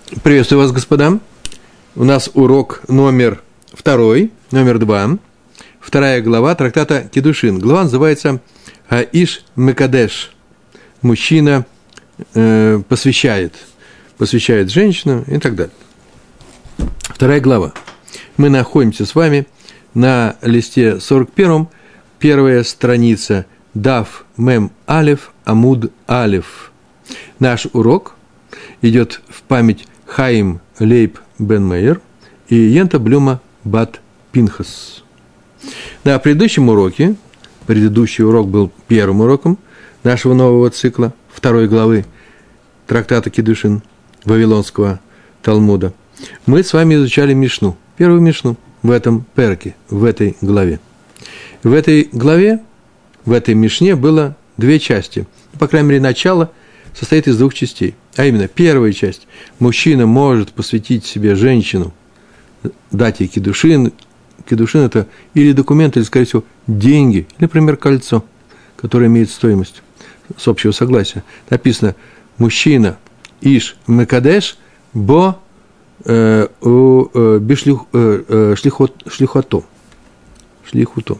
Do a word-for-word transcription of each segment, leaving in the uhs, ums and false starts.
Приветствую вас, господа. У нас урок номер второй, номер два, вторая глава трактата Кидушин. Глава называется «Иш Мекадеш». Мужчина э, посвящает, посвящает женщину и так далее. Вторая глава. Мы находимся с вами на листе сорок первом, первая страница Дав Мем Алеф Амуд Алеф. Наш урок идет в память Хаим Лейб Бен Мейер и Йента Блюма Бат Пинхас. На предыдущем уроке, предыдущий урок был первым уроком нашего нового цикла, второй главы трактата Кидушин Вавилонского Талмуда, мы с вами изучали Мишну, первую Мишну в этом перке, в этой главе. В этой главе, в этой Мишне было две части, по крайней мере, начало состоит из двух частей. А именно, первая часть. Мужчина может посвятить себе женщину, дать ей кидушин. Кидушин – это или документ, или, скорее всего, деньги, или, например, кольцо, которое имеет стоимость с общего согласия. Написано «Мужчина иш мекадеш бо э, э, бишлих, э, э, шлихот, шлихото». Шлихуто.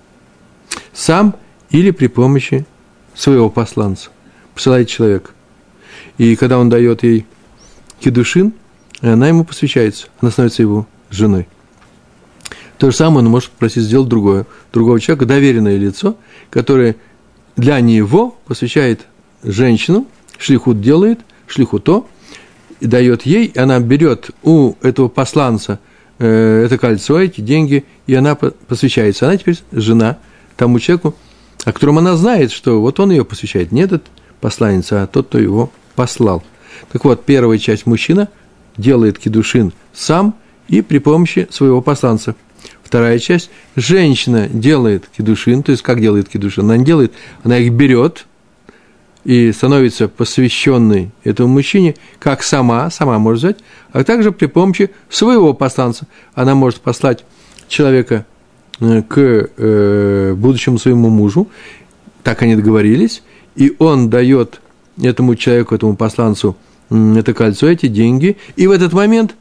Сам или при помощи своего посланца. Посылает человека. И когда он дает ей кидушин, она ему посвящается, она становится его женой. То же самое он может попросить сделать другое, другого человека, доверенное лицо, которое для него посвящает женщину, шлихут делает, шлихуто, и дает ей, и она берет у этого посланца э, это кольцо, эти деньги, и она посвящается. Она теперь жена тому человеку, о котором она знает, что вот он ее посвящает, не этот посланец, а тот, кто его послал. Так вот, первая часть мужчина делает кидушин сам и при помощи своего посланца. Вторая часть женщина делает кидушин, то есть как делает кидушин? Она не делает, она их берет и становится посвященной этому мужчине, как сама, сама может взять, а также при помощи своего посланца. Она может послать человека к э, будущему своему мужу, так они договорились, и он дает этому человеку, этому посланцу это кольцо, эти деньги, и в этот момент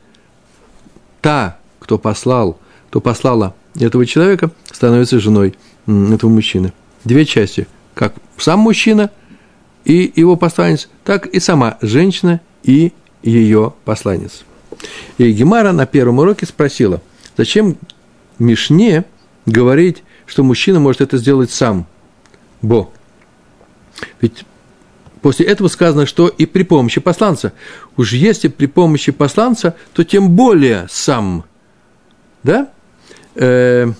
та, кто послал, кто послала этого человека, становится женой этого мужчины. Две части, как сам мужчина и его посланец, так и сама женщина и ее посланец. И Гемара на первом уроке спросила, зачем в Мишне говорить, что мужчина может это сделать сам? Бо. Ведь после этого сказано, что и при помощи посланца. Уж если при помощи посланца, то тем более сам. Да? Э,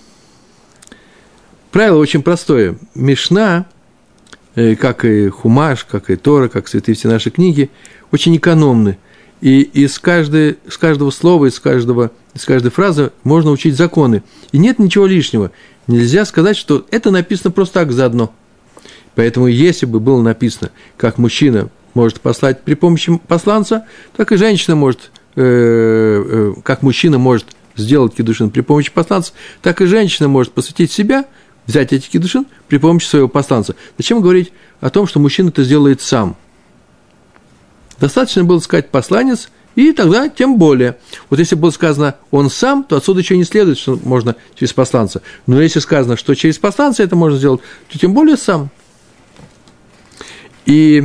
правило очень простое. Мишна, э, как и Хумаш, как и Тора, как святые все наши книги, очень экономны. И из, каждой, из каждого слова, из, каждого, из каждой фразы можно учить законы. И нет ничего лишнего. Нельзя сказать, что это написано просто так заодно. Поэтому, если бы было написано, как мужчина может послать при помощи посланца, так и женщина может, э, э, как мужчина может сделать кидушин при помощи посланца, так и женщина может посвятить себя, взять эти кидушин при помощи своего посланца. Зачем говорить о том, что мужчина это сделает сам? Достаточно было сказать посланец, и тогда тем более. Вот если было сказано «он сам», то отсюда еще не следует, что можно через посланца. Но если сказано, что через посланца это можно сделать, то тем более сам. И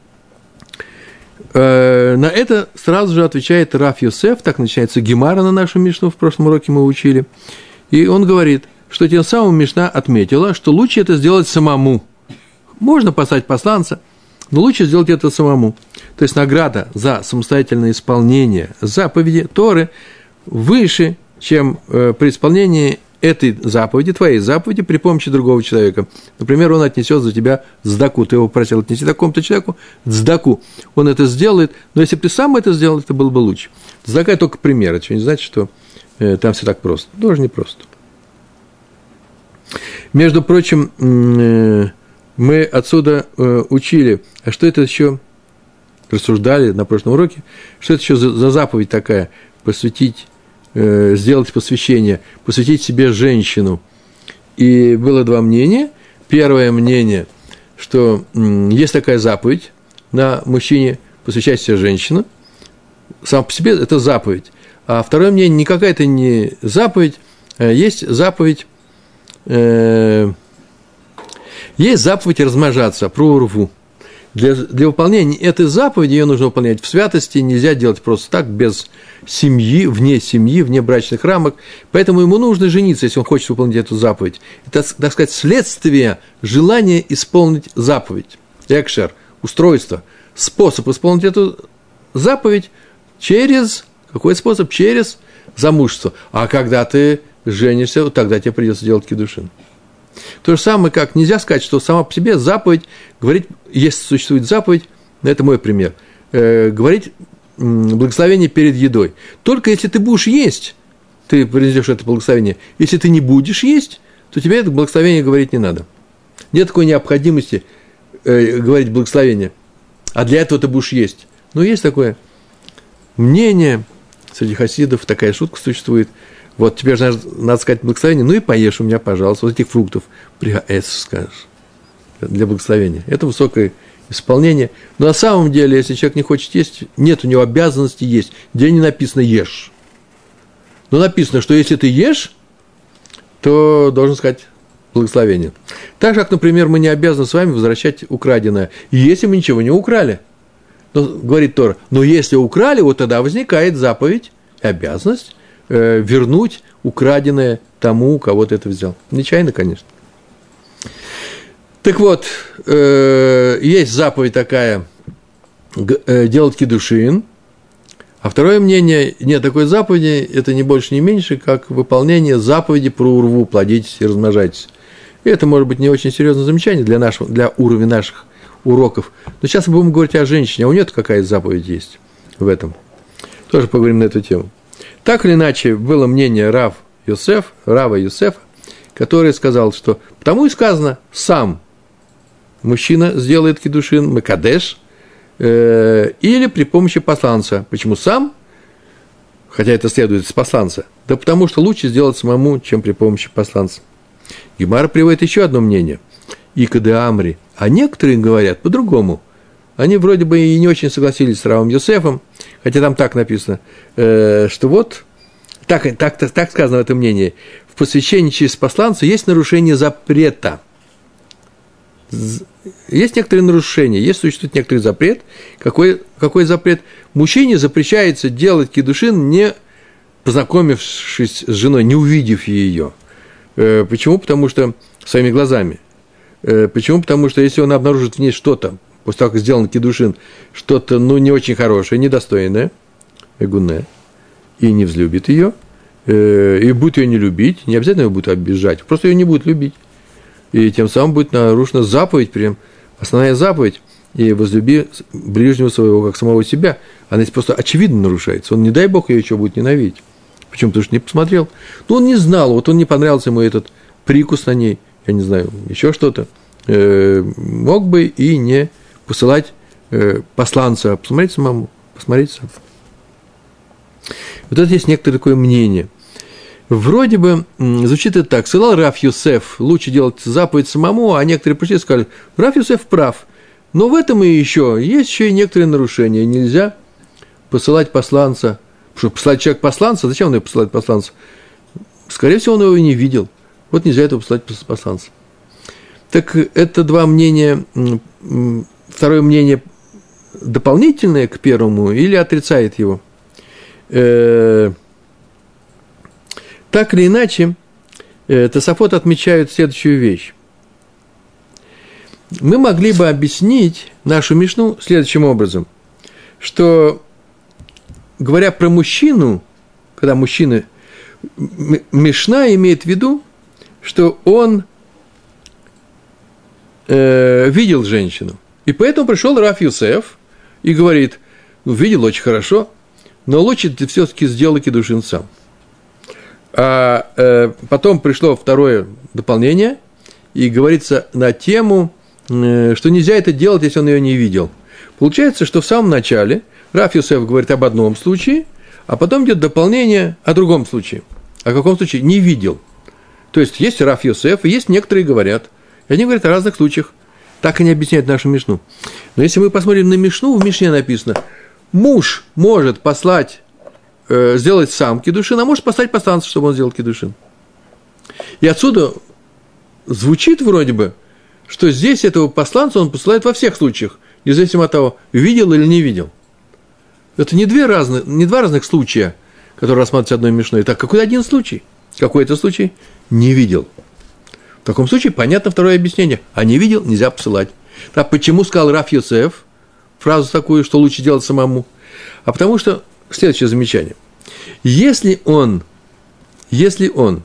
э, на это сразу же отвечает Рав Йосеф, так начинается Гемара на нашу Мишну, в прошлом уроке мы учили, и он говорит, что тем самым Мишна отметила, что лучше это сделать самому. Можно послать посланца, но лучше сделать это самому. То есть награда за самостоятельное исполнение заповеди Торы выше, чем э, при исполнении этой заповеди, твоей заповеди, при помощи другого человека. Например, он отнесет за тебя цдаку. Ты его просил отнести такому-то человеку цдаку. Он это сделает, но если бы ты сам это сделал, это было бы лучше. Цдака – только пример. Это не значит, что э, там все так просто. Тоже непросто. Между прочим, э, мы отсюда э, учили, а что это еще, рассуждали на прошлом уроке, что это еще за, за заповедь такая, посвятить, э, сделать посвящение, посвятить себе женщину. И было два мнения. Первое мнение, что м, есть такая заповедь на мужчине посвящать себе женщину, сам по себе это заповедь. А второе мнение, никакая это не заповедь, есть заповедь, э, есть заповедь размножаться, прорву. Для, для выполнения этой заповеди ее нужно выполнять в святости, нельзя делать просто так, без семьи, вне семьи, вне брачных рамок. Поэтому ему нужно жениться, если он хочет выполнить эту заповедь. Это, так сказать, следствие желания исполнить заповедь. Экшер, устройство, способ исполнить эту заповедь через, какой способ? Через замужество. А когда ты женишься, тогда тебе придется делать кидушин. То же самое, как нельзя сказать, что сама по себе заповедь, говорить, если существует заповедь, это мой пример, э, говорить благословение перед едой. Только если ты будешь есть, ты произнесешь это благословение. Если ты не будешь есть, то тебе это благословение говорить не надо. Нет такой необходимости э, говорить благословение, а для этого ты будешь есть. Но есть такое мнение среди хасидов, такая шутка существует. Вот тебе же надо, надо сказать благословение, ну и поешь у меня, пожалуйста, вот этих фруктов. Пригаэс, скажешь, для благословения. Это высокое исполнение. Но на самом деле, если человек не хочет есть, нет у него обязанности есть. Где не написано «ешь». Но написано, что если ты ешь, то должен сказать благословение. Так же, как, например, мы не обязаны с вами возвращать украденное, если мы ничего не украли. Но, говорит Тора, но если украли, вот тогда возникает заповедь и обязанность вернуть украденное тому, у кого ты это взял. Нечаянно, конечно. Так вот, есть заповедь такая, делать кидушин, а второе мнение, нет такой заповеди, это не больше, не меньше, как выполнение заповеди про урву, плодитесь и размножайтесь. И это может быть не очень серьезное замечание для, нашего, для уровня наших уроков. Но сейчас мы будем говорить о женщине, а у нее какая заповедь есть в этом. Тоже поговорим на эту тему. Так или иначе, было мнение Рав Йосеф, Рава Йосефа, который сказал, что потому и сказано, сам мужчина сделает кидушин, мекадеш, э, или при помощи посланца. Почему сам? Хотя это следует из посланца. Да потому что лучше сделать самому, чем при помощи посланца. Гемара приводит еще одно мнение. Икаде Амри. А некоторые говорят по-другому. Они вроде бы и не очень согласились с Равом Йосефом, хотя там так написано, э, что вот, так, так, так, так сказано в этом мнении, в посвящении через посланца есть нарушение запрета. Есть некоторые нарушения, есть существует некоторый запрет. Какой, какой запрет? Мужчине запрещается делать кидушин, не познакомившись с женой, не увидев ее. Э, почему? Потому что своими глазами. Э, почему? Потому что если он обнаружит в ней что-то, после того, как сделан кидушин, что-то, ну, не очень хорошее, недостойное, эгуне, и не взлюбит ее, э, и будет ее не любить, не обязательно ее будет обижать, просто ее не будет любить. И тем самым будет нарушена заповедь, прям основная заповедь, и возлюби ближнего своего, как самого себя. Она здесь просто очевидно нарушается. Он, не дай Бог, ее еще будет ненавидеть. Почему? Потому что не посмотрел. Ну, он не знал, вот он не понравился ему этот прикус на ней, я не знаю, еще что-то. Э, мог бы и не посылать э, посланца, посмотреть самому, посмотреть сам. Вот это есть некоторое такое мнение. Вроде бы м, звучит это так. Сказал Рав Йосеф, лучше делать заповедь самому, а некоторые пришли и сказали, Рав Йосеф прав. Но в этом и еще, есть еще и некоторые нарушения. Нельзя посылать посланца. Что, посылать человек посланца? Зачем он его посылать посланца? Скорее всего, он его и не видел. Вот нельзя этого посылать посланца. Так это два мнения. Второе мнение дополнительное к первому или отрицает его? Э, так или иначе, э, Тосафот отмечают следующую вещь. Мы могли бы объяснить нашу мишну следующим образом, что, говоря про мужчину, когда мужчина, мишна имеет в виду, что он э, видел женщину. И поэтому пришел Рав Йосеф и говорит, ну, видел очень хорошо, но лучше ты все-таки сделай кидушин сам. А э, потом пришло второе дополнение, и говорится на тему, э, что нельзя это делать, если он ее не видел. Получается, что в самом начале Рав Йосеф говорит об одном случае, а потом идет дополнение о другом случае. О каком случае? Не видел. То есть, есть Рав Йосеф, и есть некоторые говорят, и они говорят о разных случаях. Так они объясняют нашу мишну. Но если мы посмотрим на мишну, в мишне написано, муж может послать, э, сделать сам кидушин, а может послать посланца, чтобы он сделал кидушин. И отсюда звучит вроде бы, что здесь этого посланца он посылает во всех случаях, независимо от того, видел или не видел. Это не, две разные, не два разных случая, которые рассматриваются одной мишной. Так, какой один случай? Какой это случай? Не видел. В таком случае понятно второе объяснение. А не видел, нельзя посылать. Так, почему сказал Рав Йосеф фразу такую, что лучше делать самому? А потому что, следующее замечание. Если он, если он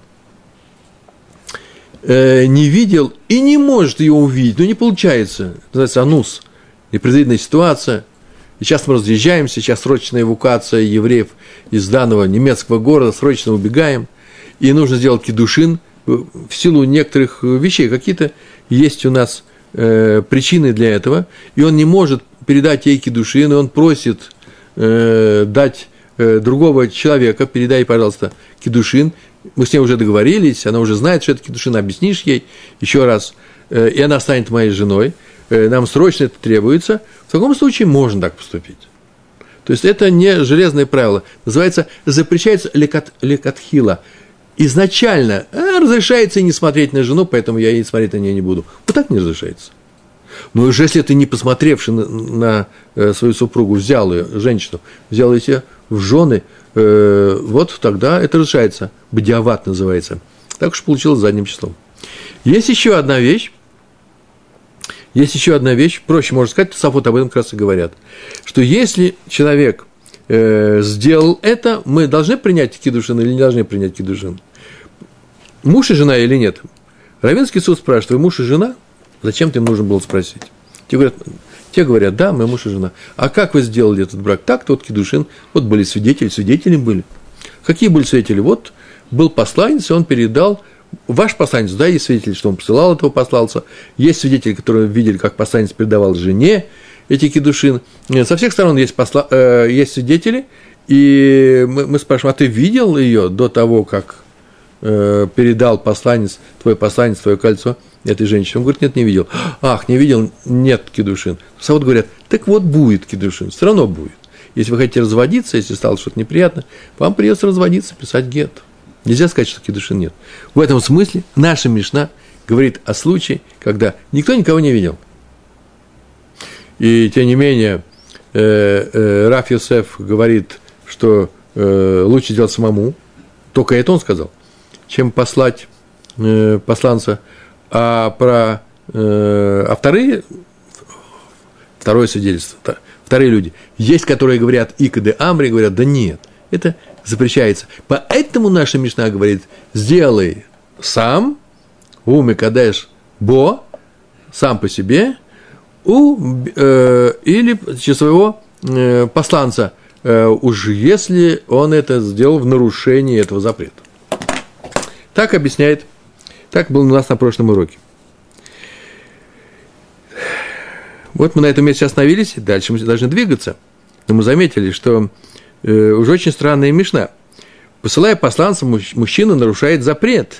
э, не видел и не может ее увидеть, ну не получается, это называется анус, непредвиденная ситуация, и сейчас мы разъезжаемся, сейчас срочная эвакуация евреев из данного немецкого города, срочно убегаем, и нужно сделать кидушин в силу некоторых вещей. Какие-то есть у нас э, причины для этого, и он не может передать ей кидушин, и он просит э, дать э, другого человека, передай, пожалуйста, кидушин. Мы с ней уже договорились, она уже знает, что это кидушин, объяснишь ей еще раз, э, и она станет моей женой. Нам срочно это требуется, в таком случае можно так поступить. То есть, это не железное правило. Называется, запрещается лекат, лекатхила. Изначально а, разрешается не смотреть на жену, поэтому я и смотреть на нее не буду. Вот так не разрешается. Но уже если ты, не посмотревши на, на свою супругу, взял ее, женщину, взял ее себе в жены, э, вот тогда это разрешается. Бдиават называется. Так уж получилось задним числом. Есть еще одна вещь. Есть еще одна вещь, проще можно сказать, Тосафот об этом как раз и говорят, что если человек э, сделал это, мы должны принять кидушин или не должны принять кидушин? Муж и жена или нет? Раввинский суд спрашивает, вы муж и жена? Зачем ты им нужно было спросить? Те говорят, те говорят, да, мы муж и жена. А как вы сделали этот брак? Так, тот кидушин, вот были свидетели, свидетели были. Какие были свидетели? Вот был посланец, и он передал. Ваш посланец, да, есть свидетели, что он посылал этого посланца, есть свидетели, которые видели, как посланец передавал жене эти кидушин. Со всех сторон есть, посла, э, есть свидетели, и мы, мы спрашиваем, а ты видел ее до того, как э, передал посланец, твой посланец, твое кольцо этой женщине? Он говорит, нет, не видел. Ах, не видел, нет кидушин. Савод говорят, так вот будет кидушин, все равно будет. Если вы хотите разводиться, если стало что-то неприятно, вам придется разводиться, писать гет. Нельзя сказать, что кидушин нет. В этом смысле наша Мишна говорит о случае, когда никто никого не видел. И, тем не менее, э, э, Рав Йосеф говорит, что э, лучше делать самому, только это он сказал, чем послать э, посланца. А про э, а вторые, второе свидетельство, вторые люди, есть, которые говорят икаде амри, говорят, да нет, это запрещается. Поэтому наша Мишна говорит, сделай сам, у мекадеш бо, сам по себе, у, э, или через своего э, посланца, э, уж если он это сделал в нарушении этого запрета. Так объясняет, так было у нас на прошлом уроке. Вот мы на этом месте остановились, дальше мы должны двигаться. Но мы заметили, что уже очень странная Мишна. Посылая посланца, мужчина нарушает запрет.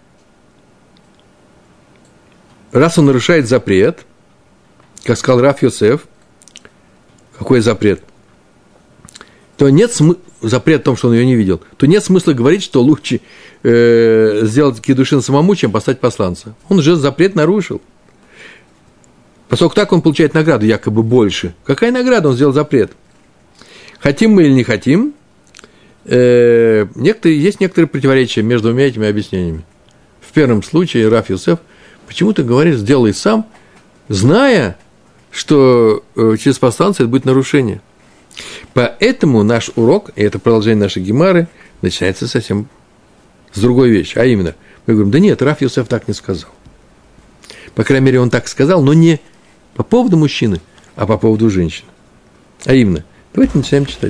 Раз он нарушает запрет, как сказал Рав Йосеф, какой запрет? То нет смысла, запрет в том, что он ее не видел, то нет смысла говорить, что лучше э, сделать кидушин самому, чем послать посланца. Он же запрет нарушил. Поскольку так он получает награду, якобы больше. Какая награда? Он сделал запрет. Хотим мы или не хотим, э, некоторые, есть некоторые противоречия между двумя этими объяснениями. В первом случае Рав Йосеф почему-то говорит, сделай сам, зная, что э, через посланца это будет нарушение. Поэтому наш урок, и это продолжение нашей гемары, начинается совсем с другой вещи. А именно, мы говорим, да нет, Рав Йосеф так не сказал. По крайней мере, он так сказал, но не по поводу мужчины, а по поводу женщины. А именно, давайте начинаем читать.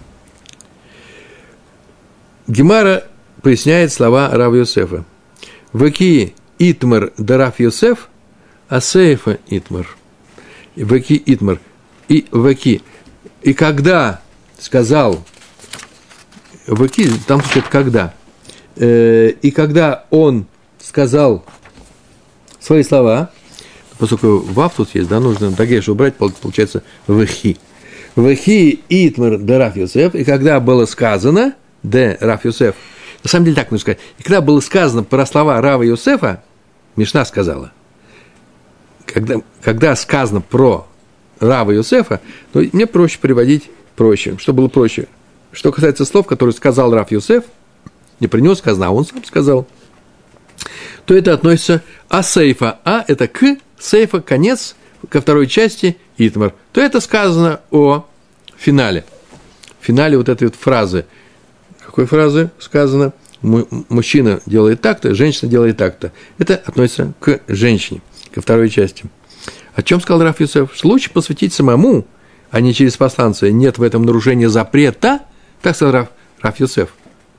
Гемара поясняет слова Рава Йосефа. Ваки итмар да Рав Йосеф, а сейфа итмар. Ваки итмар. И ваки. И когда сказал, ваки, там это когда. И когда он сказал свои слова, поскольку вав тут есть, да, нужно дагеш убрать, получается вахи. Вехи итмер де Рав Йосеф, и когда было сказано, де Рав Йосеф, на самом деле так нужно сказать, и когда было сказано про слова Рава Йосефа, Мишна сказала, когда, когда сказано про Рава Йосефа, то мне проще приводить проще, что было проще. Что касается слов, которые сказал Рав Йосеф, не про него сказано, а он сам сказал, то это относится а сейфа, а это к сейфа, конец, ко второй части итмар, то это сказано о финале. В финале вот этой вот фразы. Какой фразы сказано? Мужчина делает так-то, женщина делает так-то. Это относится к женщине, ко второй части. О чем сказал Рав Йосеф? Что лучше посвятить самому, а не через посланца. Нет в этом нарушения запрета, так сказал Рав, Рав Йосеф.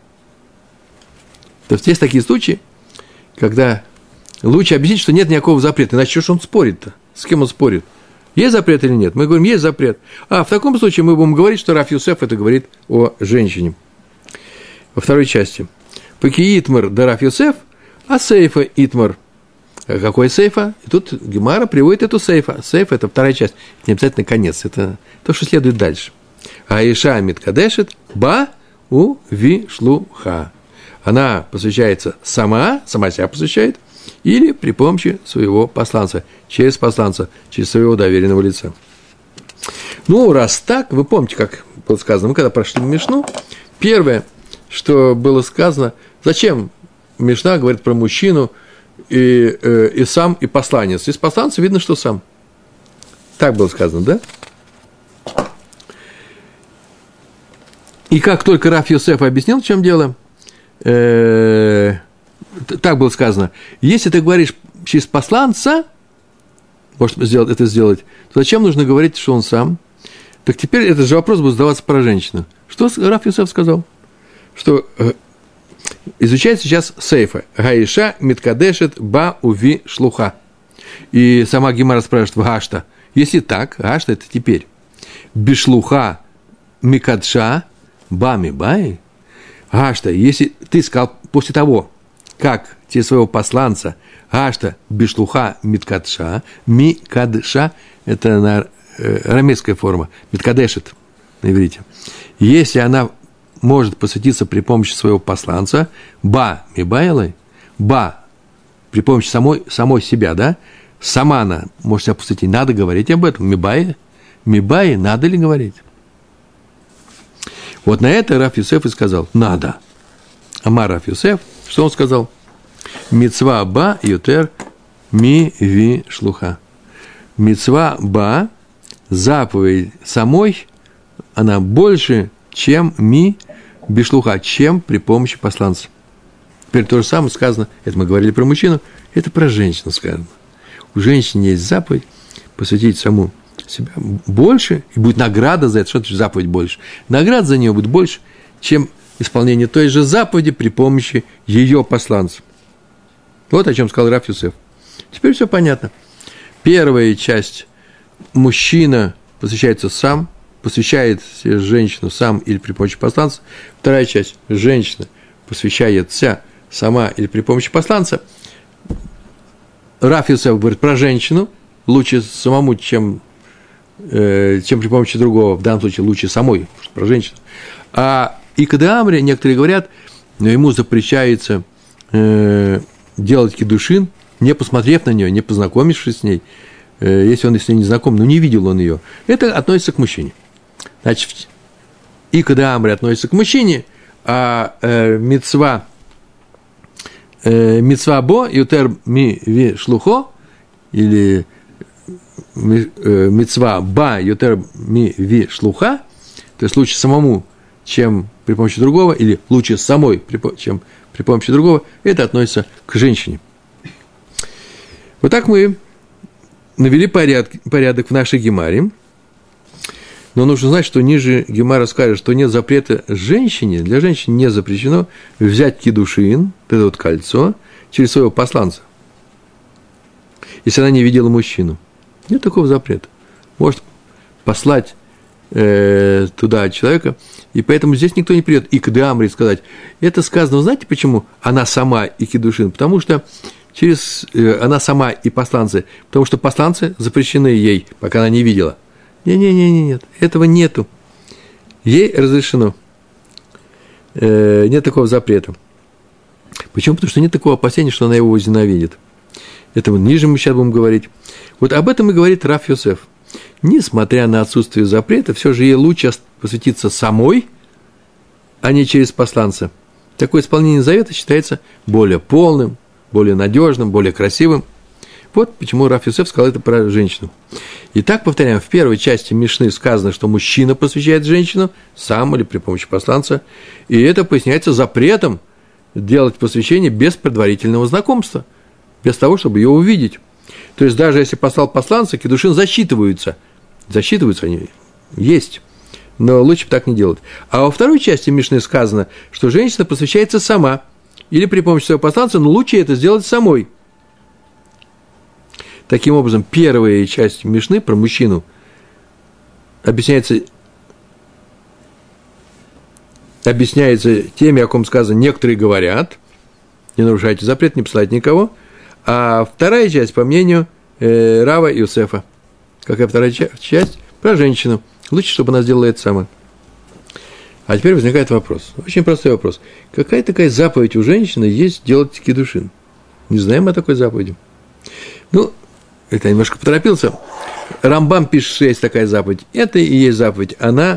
То есть есть такие случаи, когда лучше объяснить, что нет никакого запрета. Иначе что ж он спорит-то? С кем он спорит? Есть запрет или нет? Мы говорим, есть запрет. А в таком случае мы будем говорить, что Рав Йосеф это говорит о женщине. Во второй части. Паки итмар да Рав Йосеф, а сейфа итмар. А какой сейфа? И тут Гемара приводит эту сейфа. Сейфа – это вторая часть. Это не обязательно конец. Это то, что следует дальше. А Иша миткадешет ба у ви шлуха. Она посвящается сама, сама себя посвящает, или при помощи своего посланца, через посланца, через своего доверенного лица. Ну, раз так, вы помните, как было сказано, мы когда прошли Мишну, первое, что было сказано, зачем Мишна говорит про мужчину и, э, и сам, и посланец. Из посланца видно, что сам. Так было сказано, да? И как только Рав Йосеф объяснил, в чем дело, э, так было сказано, если ты говоришь через посланца, может сделать, это сделать, то зачем нужно говорить, что он сам? Так теперь этот же вопрос будет задаваться про женщину. Что Рав Йосеф сказал? Что э, изучает сейчас сейфа. Гаиша миткадешет ба уви шлуха. И сама Гемара спрашивает, гашта. Если так, гашта это теперь. Бишлуха микадша ба мибай. Гашта, если ты сказал после того, как через своего посланца, гашта бишлуха миткадша, микадша, это на э, арамейская форма, миткадешет на иврите. Если она может посвятиться при помощи своего посланца, ба мибайлой, ба при помощи самой, самой себя, да, сама она может себя посвятить, надо говорить об этом, мибай, мибай, надо ли говорить? Вот на это Рав Йосеф и сказал, надо. Амар Рав Йосеф, что он сказал? Мицва ба ютер ми ви шлуха. Мицва ба, заповедь самой, она больше, чем ми бишлуха, чем при помощи посланца. Теперь то же самое сказано, это мы говорили про мужчину, это про женщину сказано. У женщины есть заповедь посвятить саму себя больше, и будет награда за это, что значит заповедь больше. Награда за нее будет больше, чем исполнение той же заповеди при помощи ее посланца. Вот о чем сказал Рав Йосеф. Теперь все понятно. Первая часть мужчина посвящается сам, посвящает женщину сам или при помощи посланца. Вторая часть женщина посвящается сама или при помощи посланца. Рав Йосеф говорит про женщину, лучше самому, чем, э, чем при помощи другого, в данном случае лучше самой, про женщину. А Икадамре, некоторые говорят, но ему запрещается э, делать кидушин, не посмотрев на нее, не познакомившись с ней, э, если он с ней не знаком, но не видел он ее. Это относится к мужчине. Значит, Икадамре относится к мужчине, а э, мицва, э, мицва бо ютер ми ви шлухо, или мицва ба ютер ми ви шлуха, то есть лучше самому, чем при помощи другого, или лучше самой, чем при помощи другого, это относится к женщине. Вот так мы навели порядок, порядок в нашей Гемаре, но нужно знать, что ниже Гемара скажет, что нет запрета женщине, для женщины не запрещено взять кидушин, это вот кольцо, через своего посланца, если она не видела мужчину. Нет такого запрета. Может послать э, туда человека, и поэтому здесь никто не придет и к Деамре сказать. Это сказано, знаете почему? Она сама и кидушин, потому что через, э, она сама и посланцы, потому что посланцы запрещены ей, пока она не видела. Не-не-не, нет, этого нету. Ей разрешено. Э, нет такого запрета. Почему? Потому что нет такого опасения, что она его возненавидит. Это ниже мы сейчас будем говорить. Вот об этом и говорит Рав Йосеф. Несмотря на отсутствие запрета, все же ей лучше посвятиться самой, а не через посланца. Такое исполнение завета считается более полным, более надежным, более красивым. Вот почему Рав Йосеф сказал это про женщину. Итак, повторяем, в первой части Мишны сказано, что мужчина посвящает женщину сам или при помощи посланца, и это поясняется запретом делать посвящение без предварительного знакомства, без того, чтобы ее увидеть. То есть, даже если послал посланца, кидушин засчитываются. Засчитываются они, есть, но лучше бы так не делать. А во второй части Мишны сказано, что женщина посвящается сама, или при помощи своего посланца, но лучше это сделать самой. Таким образом, первая часть Мишны про мужчину объясняется, объясняется теми, о ком сказано, некоторые говорят, не нарушайте запрет, не посылайте никого, а вторая часть, по мнению э, Рава Йосефа, какая вторая часть, про женщину, лучше, чтобы она сделала это сама. А теперь возникает вопрос, очень простой вопрос, какая такая заповедь у женщины есть делать кидушин? Не знаем о такой заповеди. Ну, это я немножко поторопился. Рамбам пишет, что есть такая заповедь. Это и есть заповедь. Она,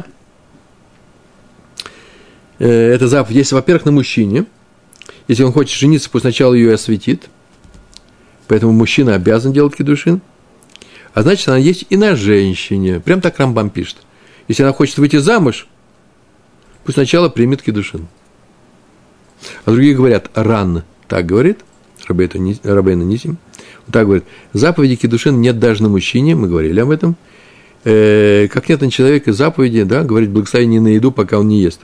э, эта заповедь есть, во-первых, на мужчине. Если он хочет жениться, пусть сначала ее осветит. Поэтому мужчина обязан делать кидушин. А значит, она есть и на женщине. Прям так Рамбам пишет. Если она хочет выйти замуж, пусть сначала примет кидушин. А другие говорят, ран, так говорит Рабейну Нисим. Так говорит, заповеди кидушин нет даже на мужчине, мы говорили об этом. Э, как нет на человеке заповеди, да, говорит благословение на еду, пока он не ест.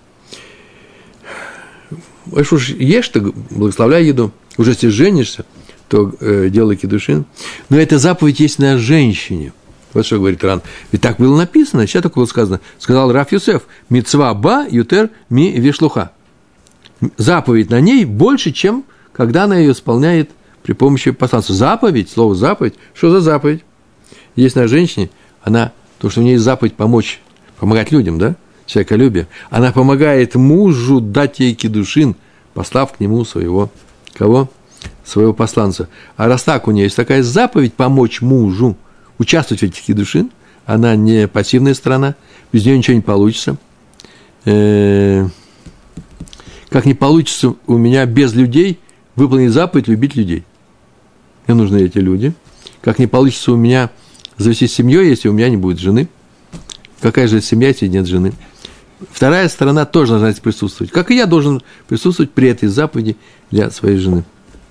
Если уж ешь, то благословляй еду. Уже если женишься, то э, делай кидушин. Но эта заповедь есть на женщине. Вот что говорит Ран. Ведь так было написано, сейчас так было сказано. Сказал Рав Йосеф, мицва ба ютер ми вишлуха. Заповедь на ней больше, чем когда она ее исполняет при помощи посланца. Заповедь, слово заповедь, что за заповедь? Есть на женщине, она, то, что у нее есть заповедь помочь, помогать людям, да, человеколюбие, она помогает мужу дать ей кидушин, послав к нему своего, кого? Своего посланца. А раз так у нее есть такая заповедь помочь мужу, участвовать в этих кидушин, она не пассивная сторона, без нее ничего не получится. Э-э- как не получится у меня без людей выполнить заповедь любить людей. Мне нужны эти люди. Как не получится у меня завести семью, если у меня не будет жены. Какая же это семья, если нет жены? Вторая сторона тоже должна здесь присутствовать. Как и я должен присутствовать при этой заповеди для своей жены.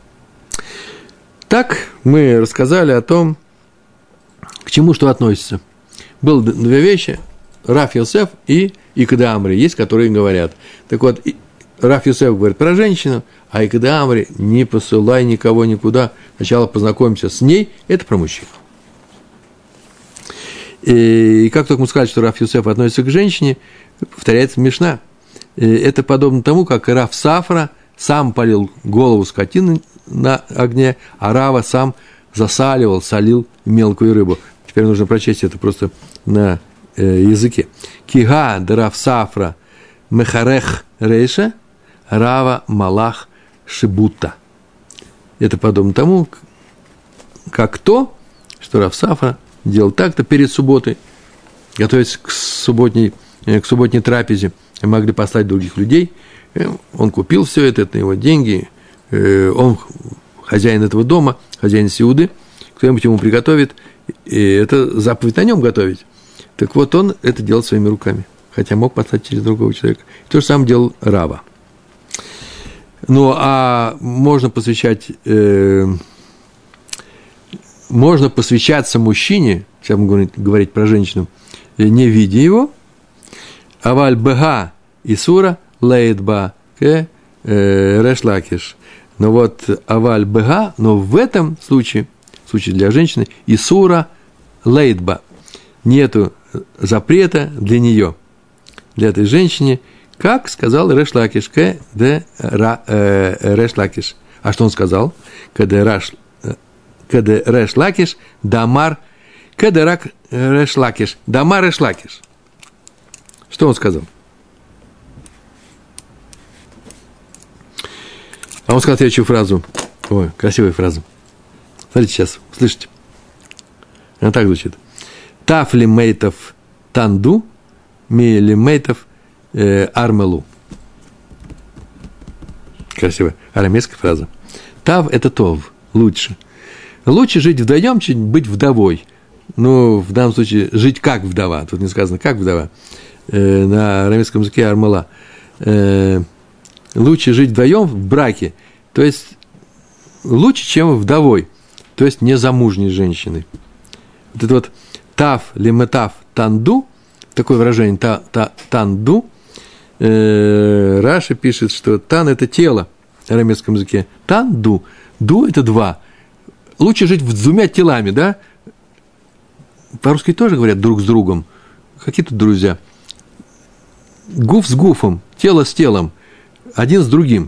Так мы рассказали о том, к чему что относится. Было две вещи. Рав Йосеф и Икда Амри. Есть, которые говорят. Так вот, Рав Йосеф говорит про женщину, а Икда Амри не посылай никого никуда, сначала познакомимся с ней, это про мужчину. И как только мы сказали, что Рав Йосеф относится к женщине, повторяется Мишна. Это подобно тому, как Рав Сафра сам палил голову скотины на огне, а Рава сам засаливал, солил мелкую рыбу. Теперь нужно прочесть это просто на э, языке. Кига да Рав Сафра мехарех рейша Рава Малах Шибута. Это подобно тому, как то, что Рав Сафра делал так-то перед субботой, готовясь к субботней, к субботней трапезе, могли послать других людей. Он купил все это, это его деньги, он хозяин этого дома, хозяин сеуды, кто-нибудь ему приготовит, и это заповедь на нем готовить. Так вот, он это делал своими руками, хотя мог послать через другого человека. То же самое делал Рава. Ну, а можно посвящать, э, можно посвящаться мужчине, сейчас мы будем говорить про женщину, не видя его, аваль бега и сура лейдба к решлакиш. Но вот аваль бега, но в этом случае, в случае для женщины, и сура лейдба, нету запрета для нее, для этой женщины, как сказал Реш Лакиш, к де Реш Лакиш. А что он сказал? К де Реш Лакиш, дамар Кедерак решлакиш. Дама решлакиш. Что он сказал? А он сказал следующую фразу. Ой, красивая фраза. Смотрите сейчас, слышите? Она так звучит. Тафли мейтов танду, мили мейтов э, армелу. Красивая арамейская фраза. Тав – это тов, лучше. Лучше жить вдвоем, чем быть вдовой. Ну, в данном случае, жить как вдова. Тут не сказано, как вдова. Э, на арамейском языке армела. Э, лучше жить вдвоем в браке. То есть, лучше, чем вдовой. То есть, незамужней женщиной. Вот это вот тав, лиметав, танду, такое выражение, та, та, танду, э, Раши пишет, что тан – это тело на арамейском языке. Танду, ду – это два. Лучше жить с двумя телами, да? По-русски тоже говорят друг с другом. Какие тут друзья? Гуф с гуфом, тело с телом, один с другим.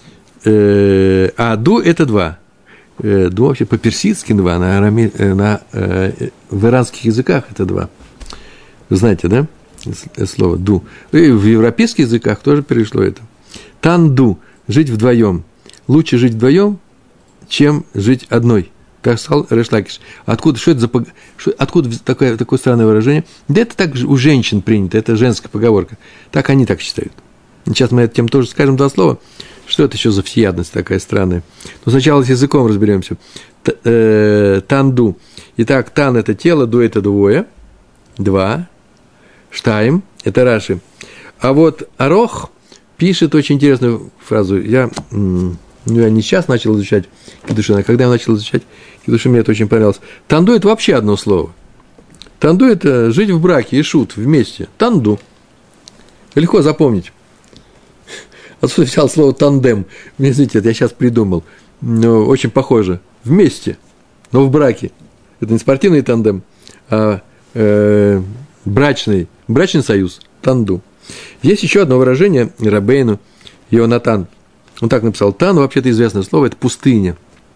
Э, а ду – это два. Ду вообще по-персидски два, на, араме, на, э, в иранских языках это два. Вы знаете, да, слово ду. И в европейских языках тоже перешло это. Танду – жить вдвоем. Лучше жить вдвоем, чем жить одной. Так сказал Реш Лакиш. Откуда, что это за, что, откуда такое, такое странное выражение? Да это так у женщин принято, это женская поговорка. Так они так считают. Сейчас мы эту тему тоже скажем два слова. Что это еще за всеядность такая странная? Но сначала с языком разберемся. Т, э, танду. Итак, тан – это тело, ду – это двое. Два. Штайм – это Раши. А вот Арох пишет очень интересную фразу. Я, ну, я не сейчас начал изучать Кидушин, а когда я начал изучать Кидушин, мне это очень понравилось. Танду – это вообще одно слово. Танду – это жить в браке и шут вместе. Танду. Легко запомнить. Отсюда взял слово «тандем». Мне, извините, это я сейчас придумал. Но очень похоже. Вместе, но в браке. Это не спортивный тандем, а э, брачный, брачный союз. Танду. Есть еще одно выражение Рабейну Йонатан. Он так написал. Тан, вообще-то известное слово, это пустыня.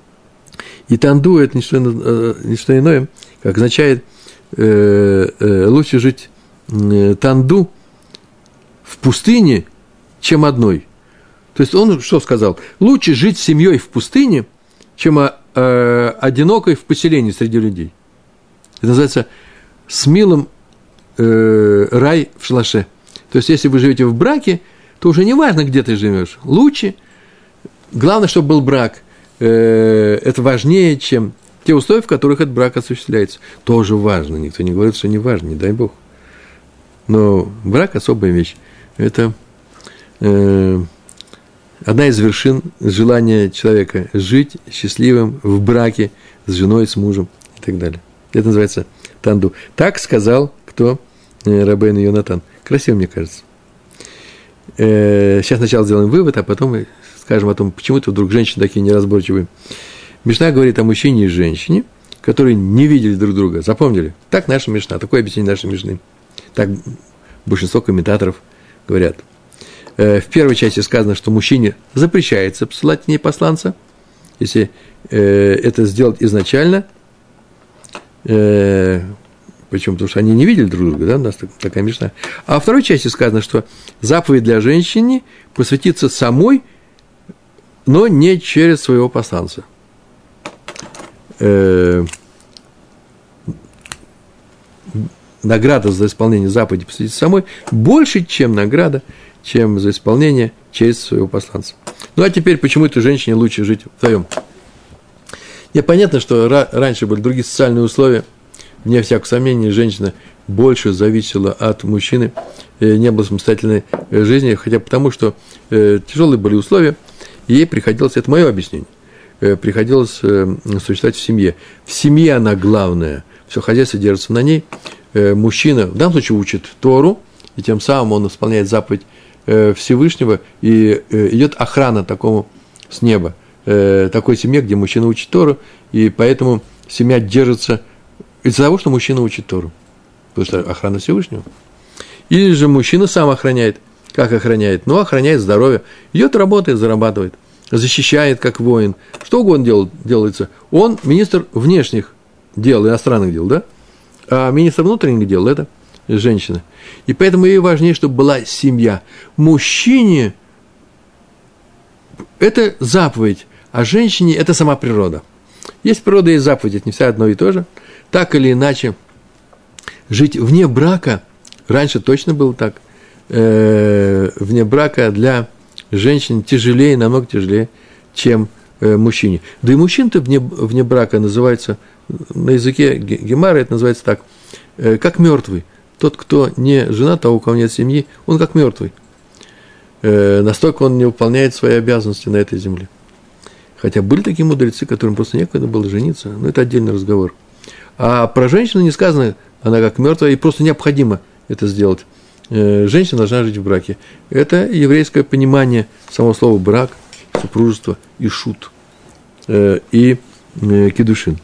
И танду – это не что, не что иное, как означает э, э, лучше жить э, танду в пустыне, чем одной. То есть он что сказал? Лучше жить с семьей в пустыне, чем э, одинокой в поселении среди людей. Это называется с милым э, рай в шалаше. То есть если вы живете в браке, то уже не важно, где ты живешь. Лучше, главное, чтобы был брак. Э, это важнее, чем те условия, в которых этот брак осуществляется. Тоже важно. Никто не говорит, что не важно, не дай бог. Но брак – особая вещь. Это э, одна из вершин желания человека – жить счастливым в браке с женой, с мужем и так далее. Это называется танду. Так сказал кто? Рабейну Йонатан. Красиво, мне кажется. Э, сейчас сначала сделаем вывод, а потом мы скажем о том, почему это вдруг женщины такие неразборчивые. Мишна говорит о мужчине и женщине, которые не видели друг друга. Запомнили? Так наша Мишна, такое объяснение нашей Мишны. Так большинство комментаторов говорят. В первой части сказано, что мужчине запрещается посылать к ней посланца, если это сделать изначально. Почему? Потому что они не видели друг друга, да, у нас такая Мишна. А во второй части сказано, что заповедь для женщины посвятиться самой, но не через своего посланца. Награда за исполнение заповеди посвятиться самой больше, чем награда, чем за исполнение через своего посланца. Ну, а теперь, почему этой женщине лучше жить вдвоем? Не, понятно, что ра- раньше были другие социальные условия. Вне всякого сомнения, женщина больше зависела от мужчины, не было самостоятельной жизни, хотя потому, что э, тяжелые были условия, и ей приходилось, это мое объяснение, э, приходилось э, существовать в семье. В семье она главная, все хозяйство держится на ней. Э, мужчина в данном случае учит Тору, и тем самым он исполняет заповедь э, Всевышнего, и э, идет охрана такому с неба, э, такой семье, где мужчина учит Тору, и поэтому семья держится из-за того, что мужчина учит Тору, потому что охрана Всевышнего. Или же мужчина сам охраняет. Как охраняет? Ну, охраняет здоровье. Идет, работает, зарабатывает, защищает, как воин. Что угодно делает, делается. Он министр внешних дел, иностранных дел, да? А министр внутренних дел – это женщина. И поэтому ей важнее, чтобы была семья. Мужчине – это заповедь, а женщине – это сама природа. Есть природа и заповедь, это не всегда одно и то же. Так или иначе, жить вне брака, раньше точно было так, э, вне брака для женщин тяжелее, намного тяжелее, чем э, мужчине. Да и мужчин-то вне, вне брака называется, на языке Гемары это называется так, э, как мертвый. Тот, кто не женат, а у кого нет семьи, он как мертвый. Э, настолько он не выполняет свои обязанности на этой земле. Хотя были такие мудрецы, которым просто некогда было жениться, но это отдельный разговор. А про женщину не сказано, она как мертвая, и просто необходимо это сделать. Женщина должна жить в браке. Это еврейское понимание самого слова брак, супружество и шут, и кидушин.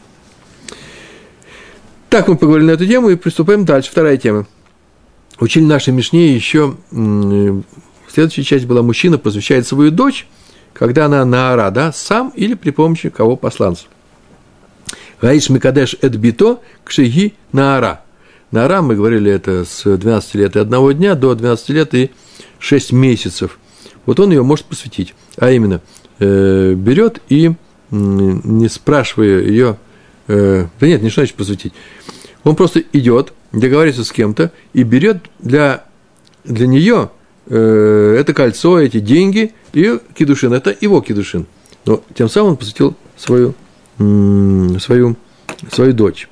Так мы поговорили на эту тему и приступаем дальше. Вторая тема. Учили нашей Мишне еще, следующая часть была, мужчина посвящает свою дочь, когда она наара, да, сам или при помощи кого посланца. Гаиш микадеш эд бито кшеги наара. Наара, мы говорили, это с двенадцати лет и одного дня до двенадцати лет и шесть месяцев. Вот он ее может посвятить. А именно, э, берет и, не спрашивая ее, э, да нет, не что значит посвятить. Он просто идет, договаривается с кем-то и берет для, для нее э, это кольцо, эти деньги и кидушин. Это его кидушин. Но тем самым он посвятил свою, м, свою, свою дочь.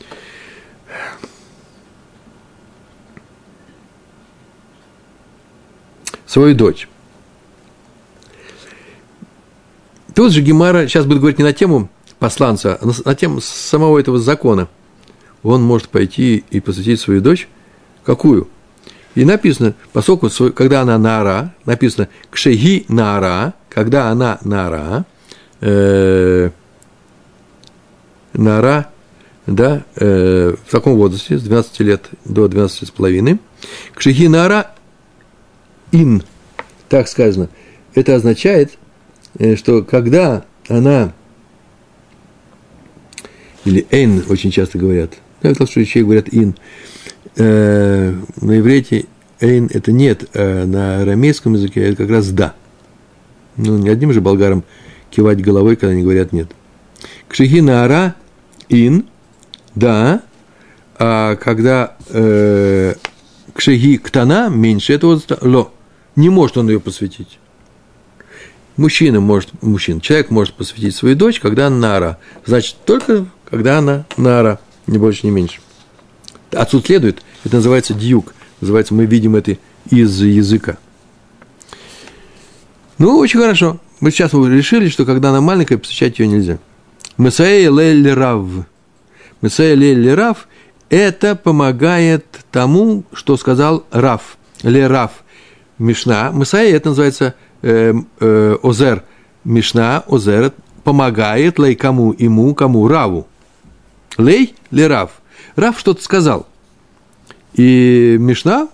Свою дочь. Тут же Гемара сейчас будет говорить не на тему посланца, а на тему самого этого закона. Он может пойти и посвятить свою дочь. Какую? И написано, поскольку, когда она наара, написано кшеги наара, когда она наара, э, наара, да, э, в таком возрасте, с двенадцати лет до двенадцати с половиной, кшеги наара ин, так сказано, это означает, что когда она, или эйн очень часто говорят, я видел, что еще говорят ин, э, на иврите эйн это нет, а на арамейском языке это как раз да. Ну, не одним же болгарам кивать головой, когда они говорят нет. Кшеги наара ин, да, а когда э, кшеги ктана, меньше этого ло, не может он ее посвятить. Мужчина может, мужчина, человек может посвятить свою дочь, когда она наара. Значит, только когда она наара, ни больше, ни меньше. Отсюда следует, это называется дьюк, называется, мы видим это из языка. Ну, очень хорошо. Мы сейчас решили, что когда она маленькая, посвящать ее нельзя. Месаэ лель рав. Месаэ лель рав – это помогает тому, что сказал рав, ле рав. Мишна, Месаэ, это называется э, э, озер. Мишна, озер, помогает лей кому, ему, кому, раву. Лей, ле рав. Рав что-то сказал. И Мишна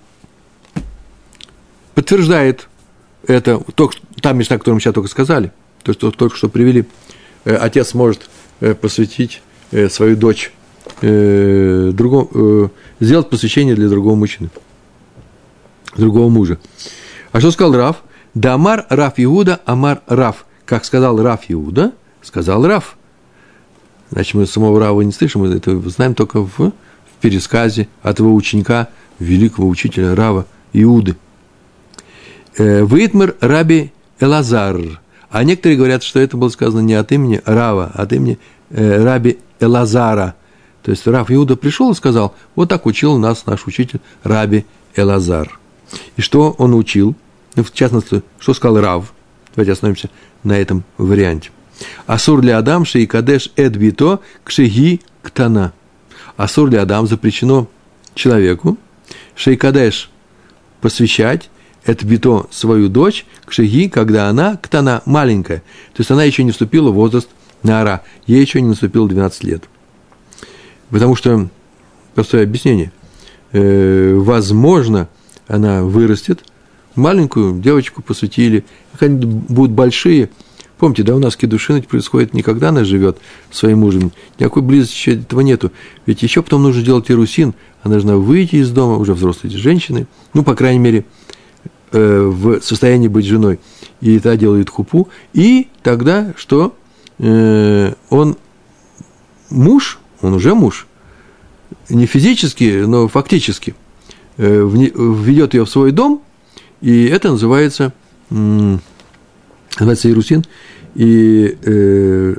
подтверждает это, только, та Мишна, которую мы сейчас только сказали, то, что только что привели, э, отец может э, посвятить э, свою дочь, э, другому, э, сделать посвящение для другого мужчины, другого мужа. А что сказал Рав? Дамар Рав Иуда, Амар Рав. Как сказал Рав Иуда, сказал Рав. Значит, мы самого Рава не слышим, мы это знаем только в, в пересказе от его ученика, великого учителя Рава Иуды. Витмер Раби Элазар. А некоторые говорят, что это было сказано не от имени Рава, а от имени э, Раби Элазара. То есть Рав Иуда пришел и сказал, вот так учил нас наш учитель Раби Элазар. И что он учил? Ну, в частности, что сказал Рав? Давайте остановимся на этом варианте. Асур ли Адам шей кадеш эд бито кшеги ктана. Асур ли Адам, запрещено человеку шей кадеш посвящать эд бито свою дочь кшеги, когда она ктана маленькая. То есть она еще не вступила в возраст наара, ей еще не наступило двенадцать лет. Потому что, простое объяснение, э, возможно, она вырастет, маленькую девочку посвятили, как они будут большие, Помните, да, у нас кидушин происходит не когда она живет своим мужем, никакой близости этого нету. Ведь еще потом нужно делать ирусин, она должна выйти из дома, уже взрослой женщины, ну, по крайней мере, э, в состоянии быть женой. И та делает хупу, и тогда что? Э, он муж, он уже муж, не физически, но фактически, э, введет ее в свой дом, и это называется... М- называется ирусин, и э,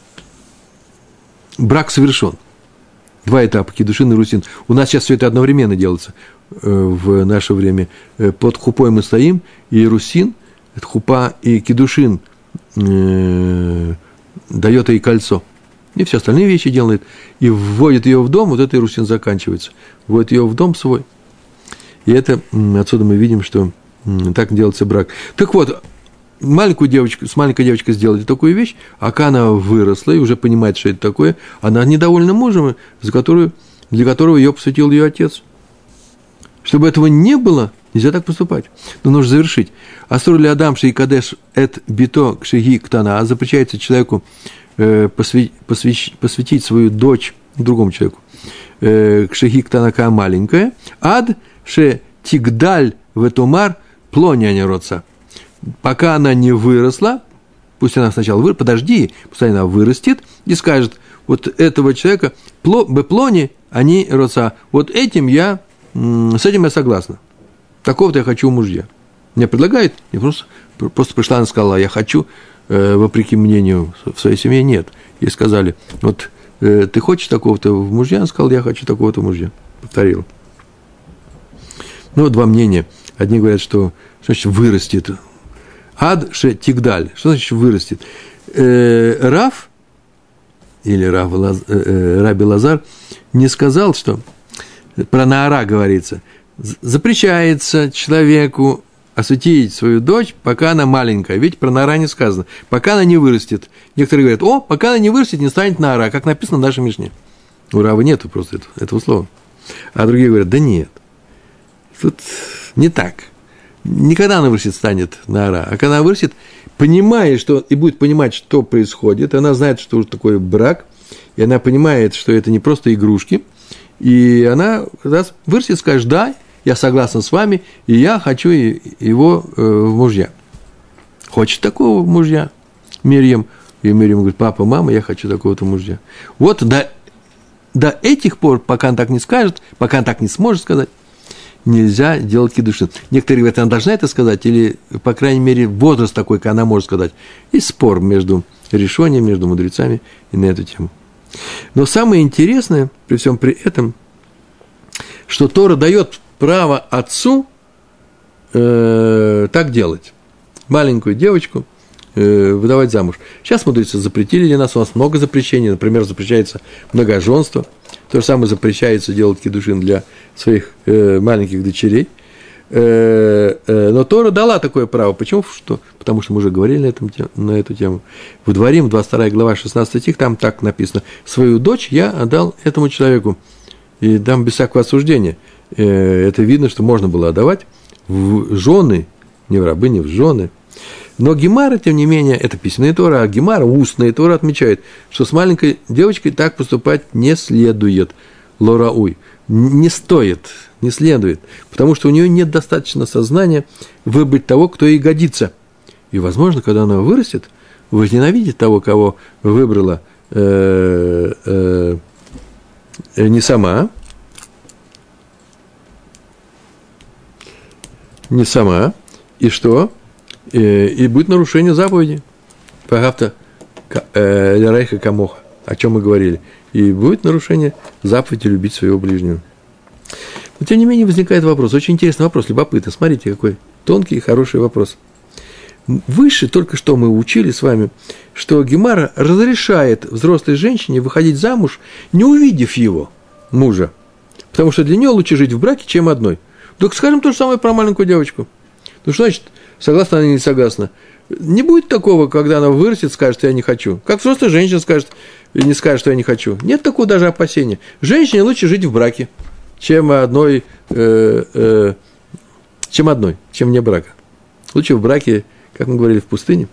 брак совершен. Два этапа, кидушин и ирусин. У нас сейчас все это одновременно делается э, в наше время. Э, под хупой мы стоим, и ирусин, это хупа и кидушин э, дает ей кольцо. И все остальные вещи делает. И вводит ее в дом, вот это ирусин заканчивается. Вводит ее в дом свой. И это, отсюда мы видим, что так делается брак. Так вот, маленькую девочку, с маленькой девочкой сделали такую вещь, а когда она выросла и уже понимает, что это такое, она недовольна мужем, за которую, для которого ее посвятил ее отец. Чтобы этого не было, нельзя так поступать. Но нужно завершить. Асур ли адам шей кадеш эт бито кшеги ктана, запрещается человеку э, посвятить, посвятить, посвятить свою дочь другому человеку, э, кшеги ктанака маленькая, ад ше тигдаль ветумар плони они родца. Пока она не выросла, пусть она сначала вырастет, подожди, пусть она вырастет и скажет, вот этого человека, беплони, они родца, вот этим я, с этим я согласна. Такого-то я хочу у мужья. Мне предлагает, не просто, просто пришла и сказала, я хочу, э, вопреки мнению в своей семье, нет. Ей сказали, вот э, ты хочешь такого-то в мужья? Она сказала, я хочу такого-то в мужья. Повторила. Ну, два мнения. Одни говорят, что, что значит вырастет. Ад ше тигдаль. Что значит вырастет? Э, Рав, или Рав, Лаз, э, Раби Лазар, не сказал, что про Наара говорится. Запрещается человеку осветить свою дочь, пока она маленькая. Ведь про Наара не сказано. Пока она не вырастет. Некоторые говорят, о, пока она не вырастет, не станет Наара, как написано в нашей Мишне. У Рава нету просто этого, этого слова. А другие говорят, да нет. Тут не так. Никогда она вырастет, станет Наара. А когда она вырастет, понимая, что, и будет понимать, что происходит, она знает, что уже такое брак, и она понимает, что это не просто игрушки, и она раз вырастет, скажет, да, я согласна с вами, и я хочу его э, в мужья. Хочет такого мужья? Мирьям. И Мирьям говорит, папа, мама, я хочу такого-то мужья. Вот до, до этих пор, пока она так не скажет, пока она так не сможет сказать, нельзя делать кидушин. Некоторые говорят, она должна это сказать, или, по крайней мере, возраст такой, как она может сказать. Есть спор между решением, между мудрецами и на эту тему. Но самое интересное, при всем при этом, что Тора дает право отцу э, так делать. Маленькую девочку э, выдавать замуж. Сейчас мудрецы запретили для нас, у нас много запрещений. Например, запрещается многоженство. То же самое запрещается делать кидушин для своих э, маленьких дочерей. Э, э, но Тора дала такое право. Почему? Что? Потому что мы уже говорили на, этом, на эту тему. В Дворим, двадцать вторая глава, шестнадцатый стих, там так написано. Свою дочь я отдал этому человеку. И там без всякого осуждения. Э, это видно, что можно было отдавать в жены, не в рабы, не в жены. Но Гемара, тем не менее, это письменная Тора, а Гемара, устная Тора, отмечает, что с маленькой девочкой так поступать не следует. Лорауй. Не стоит, не следует, потому что у нее нет достаточно сознания выбрать того, кто ей годится. И, возможно, когда она вырастет, возненавидит того, кого выбрала э, э, э, не сама, не сама, и что? И будет нарушение заповеди. Пагавта райха камоха, о чем мы говорили. И будет нарушение заповеди любить своего ближнего. Но, тем не менее, возникает вопрос. Очень интересный вопрос, любопытный. Смотрите, какой тонкий и хороший вопрос. Выше только что мы учили с вами, что Гемара разрешает взрослой женщине выходить замуж, не увидев его, мужа. Потому что для нее лучше жить в браке, чем одной. Только скажем то же самое про маленькую девочку. Ну, что значит, согласна она или не согласна? Не будет такого, когда она вырастет, скажет, что я не хочу. Как взрослая женщина скажет, и не скажет, что я не хочу. Нет такого даже опасения. Женщине лучше жить в браке, чем одной, э, э, чем одной, чем вне брака. Лучше в браке, как мы говорили, в пустыне,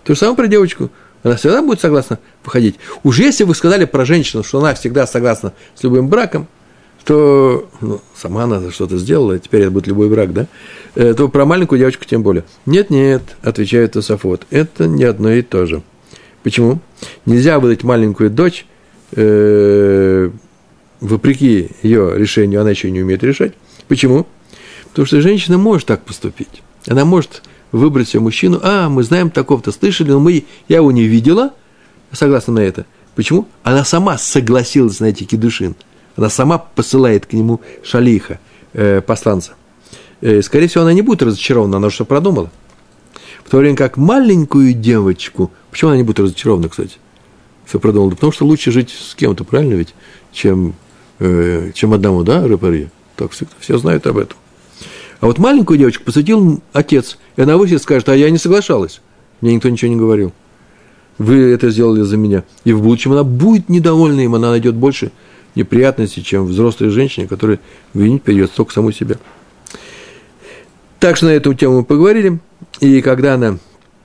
То же самое про девочку. Она всегда будет согласна выходить. Уж если вы сказали про женщину, что она всегда согласна с любым браком, то ну, сама она что-то сделала, теперь это будет любой брак, да? То про маленькую девочку тем более. Нет-нет, отвечает Тосафот, это не одно и то же. Почему? Нельзя выдать маленькую дочь, э, вопреки ее решению, она еще не умеет решать. Почему? Потому что женщина может так поступить. Она может выбрать себе мужчину, а, мы знаем такого-то, слышали, но мы, я его не видела, согласна на это. Почему? Она сама согласилась на эти кидушин. Она сама посылает к нему шалиха, э, посланца. Э, скорее всего, она не будет разочарована, она что продумала. В то время как маленькую девочку, почему она не будет разочарована, кстати, что продумала? Да потому что лучше жить с кем-то, правильно ведь, чем, э, чем одному, да, репари? Так всегда, все знают об этом. А вот маленькую девочку посвятил отец, и она высит и скажет, а я не соглашалась, мне никто ничего не говорил. Вы это сделали за меня. И в будущем она будет недовольна им, она найдет больше неприятностей, чем взрослые женщины, которые винить придется только саму себя. Так что на эту тему мы поговорили. И когда она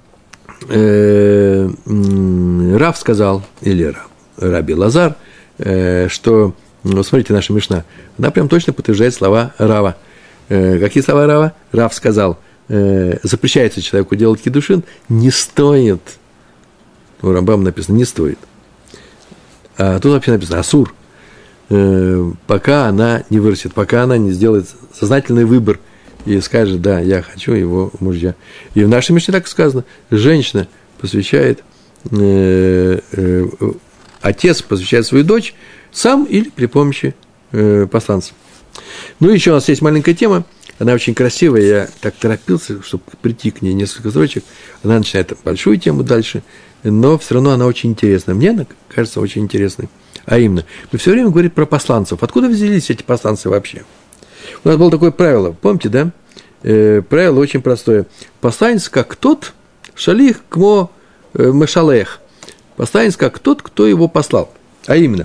э, Рав сказал, или Рав, Раби Лазар, э, что, ну, смотрите, наша Мишна, она прям точно подтверждает слова Рава. Э, какие слова Рава? Рав сказал, э, запрещается человеку делать кидушин, не стоит. У Рамбама написано, не стоит. А тут вообще написано, асур. Пока она не вырастет, пока она не сделает сознательный выбор и скажет, да, я хочу его мужья. И в нашей Мишне так сказано, женщина посвящает, э, э, отец посвящает свою дочь сам или при помощи э, посланца. Ну, еще у нас есть маленькая тема, она очень красивая, я так торопился, чтобы прийти к ней несколько строчек, она начинает большую тему дальше, но все равно она очень интересная, мне она кажется очень интересной. А именно, мы все время говорим про посланцев. Откуда взялись эти посланцы вообще? У нас было такое правило, помните, да? Э, правило очень простое. Посланец как тот, шалих кмо э, мешалех. Посланец как тот, кто его послал. А именно.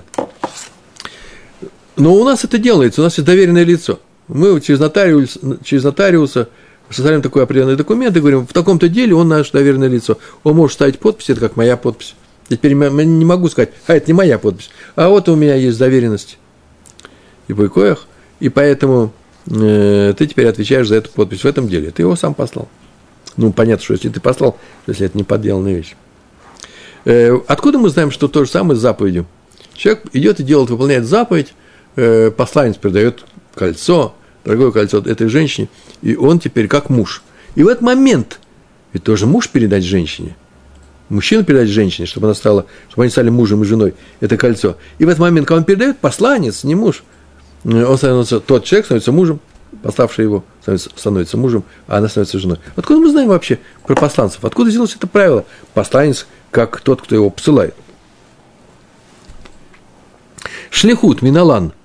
Но у нас это делается, у нас есть доверенное лицо. Мы через, нотариус, через нотариуса составляем такой определенный документ и говорим, в таком-то деле он наше доверенное лицо. Он может ставить подпись, это как моя подпись. Теперь я не могу сказать, а это не моя подпись, а вот у меня есть доверенность и по икоях, и поэтому э, ты теперь отвечаешь за эту подпись в этом деле. Ты его сам послал. Ну, понятно, что если ты послал, если это не подделанная вещь. Э, откуда мы знаем, что то же самое с заповедью? Человек идет и делает, выполняет заповедь, э, посланец передает кольцо, дорогое кольцо этой женщине, и он теперь как муж. И в этот момент, ведь тоже муж передать женщине, мужчину передать женщине, чтобы она стала, чтобы они стали мужем и женой, это кольцо. И в этот момент, когда он передает, посланец, не муж, он становится, тот человек становится мужем, пославший его становится, становится мужем, а она становится женой. Откуда мы знаем вообще про посланцев? Откуда взялось это правило? Посланец, как тот, кто его посылает. Шлихут, миналан.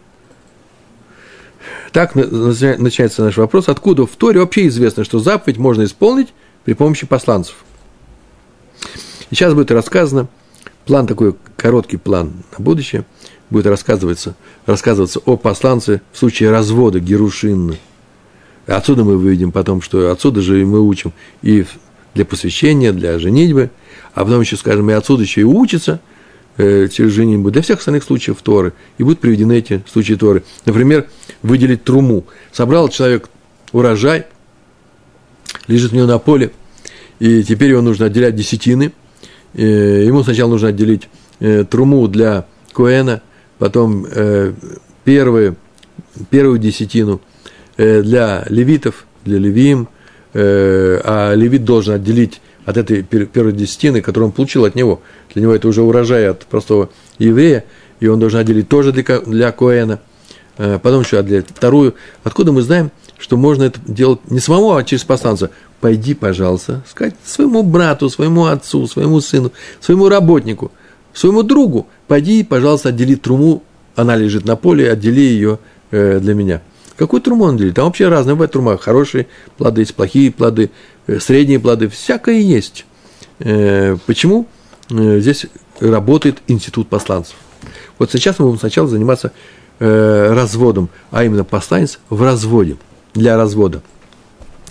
Так начинается наш вопрос. Откуда в Торе вообще известно, что заповедь можно исполнить при помощи посланцев? И сейчас будет рассказано, план такой, короткий план на будущее, будет рассказываться, рассказываться о посланце в случае развода герушинны. Отсюда мы выведем потом, что отсюда же мы учим и для посвящения, для женитьбы, а потом еще скажем, и отсюда еще и учится э, через женитьбу, для всех остальных случаев Торы, и будут приведены эти случаи Торы. Например, выделить труму. Собрал человек урожай, лежит у него на поле, и теперь его нужно отделять десятины. Ему сначала нужно отделить э, труму для коэна, потом э, первые, первую десятину э, для левитов, для левиим, э, а левит должен отделить от этой первой десятины, которую он получил от него. Для него это уже урожай от простого еврея, и он должен отделить тоже для, для коэна, э, потом еще отделить вторую. Откуда мы знаем, что можно это делать не самому, а через посланца? Пойди, пожалуйста, сказать своему брату, своему отцу, своему сыну, своему работнику, своему другу, пойди, пожалуйста, отдели труму, она лежит на поле, отдели ее э, для меня. Какую труму он делит? Там вообще разные бывают трума, хорошие плоды, есть плохие плоды, э, средние плоды, всякое есть. Э, почему? Э, здесь работает институт посланцев. Вот сейчас мы будем сначала заниматься э, разводом, а именно посланец в разводе, для развода.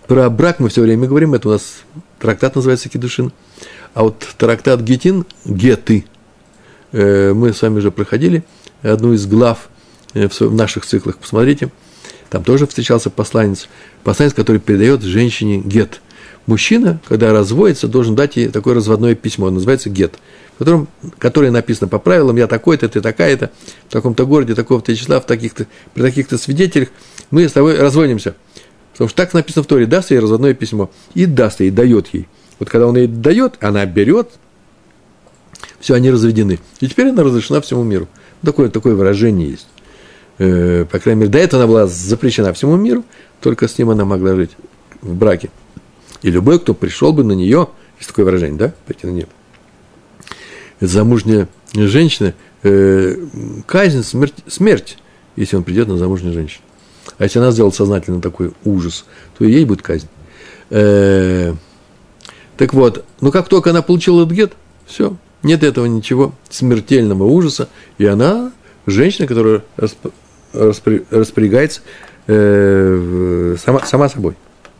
Про брак мы все время говорим, это у нас трактат называется Кидушин. А вот трактат Гетин, Геты, мы с вами уже проходили одну из глав в наших циклах, посмотрите. Там тоже встречался посланец, посланец, который передает женщине гет. Мужчина, когда разводится, должен дать ей такое разводное письмо, называется гет, в котором, которое написано по правилам: я такой-то, ты такая-то, в таком-то городе, такого-то числа, в таких-то, при таких-то свидетелях мы с тобой разводимся. Потому что так написано в Торе: даст ей разводное письмо. И даст ей, дает ей. Вот когда он ей дает, она берет, все, они разведены. И теперь она разрешена всему миру. Такое, такое выражение есть. Э, по крайней мере, до этого она была запрещена всему миру, только с ним она могла жить в браке. И любой, кто пришел бы на нее, есть такое выражение, да, пойти на нее, это замужняя женщина, э, казнь, смерть, смерть, если он придет на замужнюю женщину. А если она сделала сознательно такой ужас, то ей будет казнь. Э, так вот, ну как только она получила этот гет, все, нет этого ничего смертельного ужаса, и она женщина, которая распри, распорягается э, сама, сама собой.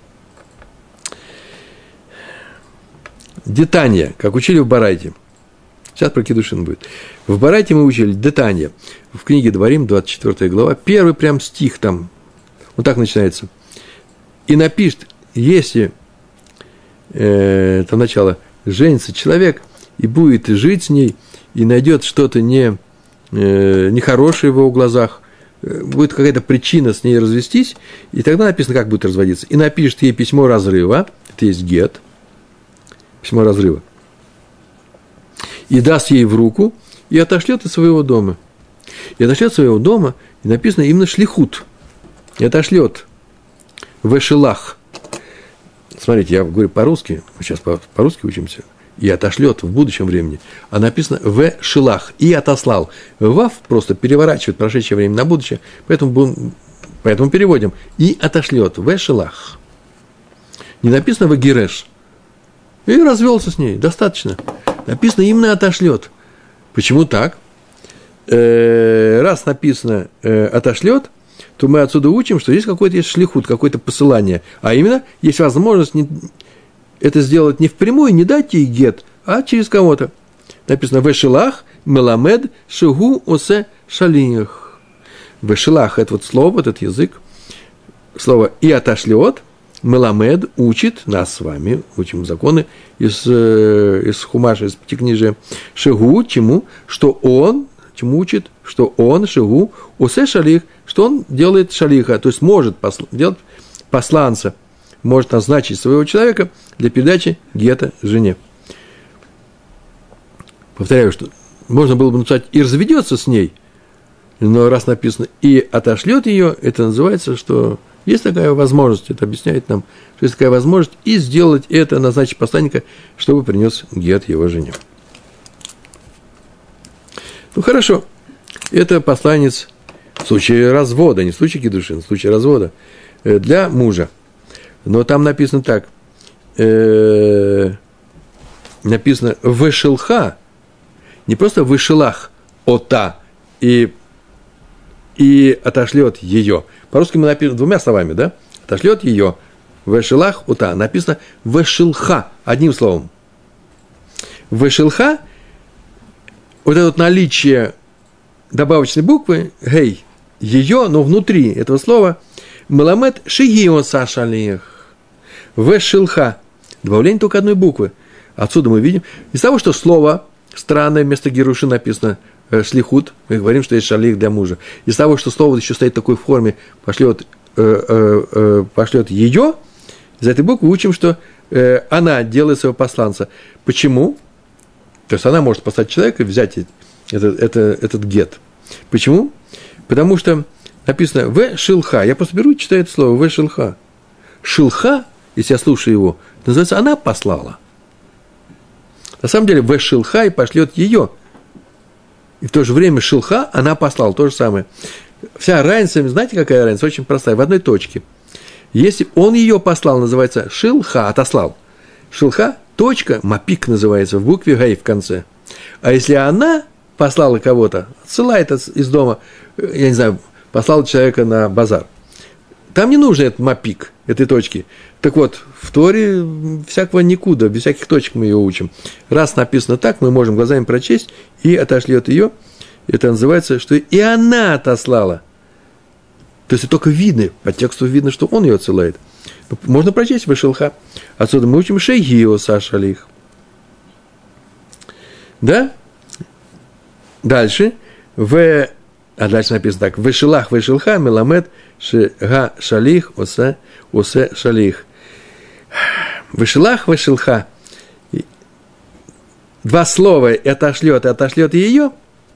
Детания, как учили в Барайте. Сейчас про Кидушин будет. В Барайте мы учили детания. В книге Дворим, двадцать четвёртая глава, первый прям стих там, вот так начинается. И напишет, если, э, там начало, женится человек и будет жить с ней, и найдет что-то не, э, нехорошее в его глазах, э, будет какая-то причина с ней развестись, и тогда написано, как будет разводиться. И напишет ей письмо разрыва, это есть гет, письмо разрыва, и даст ей в руку, и отошлет из своего дома. И отошлет из своего дома, и написано именно шлихут, и отошлет в эшелах. Смотрите, я говорю по-русски, мы сейчас по-русски учимся, и отошлет в будущем времени, а написано в шелах, и отослал. Вав просто переворачивает прошедшее время на будущее, поэтому, будем, поэтому переводим, и отошлет в шелах. Не написано в гиреш. И развелся с ней, достаточно. Написано, именно отошлет. Почему так? Э, раз написано э, отошлет, то мы отсюда учим, что здесь какой-то есть шлихут, какое-то посылание. А именно, есть возможность не, это сделать не впрямую, не дать ей гет, а через кого-то. Написано «Вешелах меламед шигу осе шалинях». «Вешелах» – это вот слово, этот язык. Слово «и отошлет». Меламед учит, нас с вами, учим законы из, из Хумаша, из Пятикнижия, Шигу, чему? Что он, чему учит? Что он, Шигу, усе шалих, что он делает шалиха, то есть может посл, делать посланца, может назначить своего человека для передачи гета жене. Повторяю, что можно было бы написать «и разведется с ней», но раз написано «и отошлет ее», это называется, что есть такая возможность, это объясняет нам, что есть такая возможность, и сделать это, назначить посланника, чтобы принес гет его жене. Ну, хорошо, это посланец в случае развода, не в случае кидушин, в случае развода, для мужа. Но там написано так, э, написано «вешелха», не просто «вешелах ота» и, и отошлет ее. По-русски мы напишем двумя словами, да? Отошлет ее «вешелах ота». Написано «вешелха» одним словом. «Вешелха» вот это вот наличие добавочной буквы «гей», ее, но внутри этого слова «меламед шигио сашалиях». «Вешелха». Добавление только одной буквы. Отсюда мы видим, из того, что слово странное, вместо геруши написано шлихут, мы говорим, что есть шалих для мужа. Из того, что слово еще стоит в такой форме, пошлет, э, э, э, пошлет ее, из этой буквы учим, что э, она делает своего посланца. Почему? То есть она может послать человека и взять этот, это, этот гет. Почему? Потому что написано «в шилха». Я просто беру и читаю это слово «в шилха». Шилха, если я слушаю его, называется «она послала». На самом деле «в шилха» и пошлет ее. И в то же время шилха она послала, то же самое. Вся разница, знаете, какая разница? Очень простая, в одной точке. Если он ее послал, называется шилха, отослал. Шилха, точка, мапик называется, в букве гей в конце. А если она послала кого-то, отсылает из дома, я не знаю, послала человека на базар, Там не нужен этот мапик, этой точки. Так вот, в Торе всякого никуда, без всяких точек мы ее учим. Раз написано так, мы можем глазами прочесть и отошлет ее. Это называется, что и она отослала. То есть, это только видно, по тексту видно, что он ее отсылает. Можно прочесть Вешелха. Отсюда мы учим Шейгио Сашалих. Да? Дальше. В... А дальше написано так. Вешелах Вешелха Меламед Шега Шалих Осе Осе Шалих. Вешелах Вешелха. Два слова и отошлет, и отошлет ее.